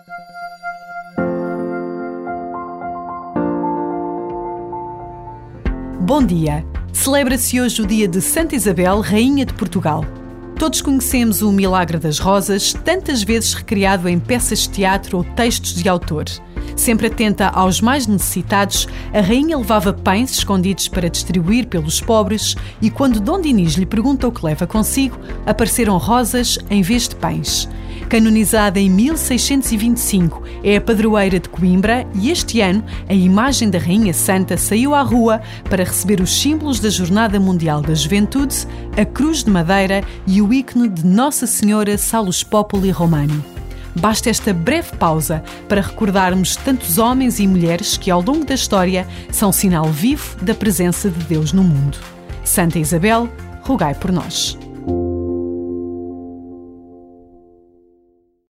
Bom dia! Celebra-se hoje o dia de Santa Isabel, Rainha de Portugal. Todos conhecemos o Milagre das Rosas, tantas vezes recriado em peças de teatro ou textos de autor. Sempre atenta aos mais necessitados, a rainha levava pães escondidos para distribuir pelos pobres e quando Dom Dinis lhe pergunta o que leva consigo, apareceram rosas em vez de pães. Canonizada em 1625, é a padroeira de Coimbra e este ano a imagem da Rainha Santa saiu à rua para receber os símbolos da Jornada Mundial da Juventude, a Cruz de Madeira e o ícone de Nossa Senhora Salus Populi Romani. Basta esta breve pausa para recordarmos tantos homens e mulheres que ao longo da história são sinal vivo da presença de Deus no mundo. Santa Isabel, rogai por nós.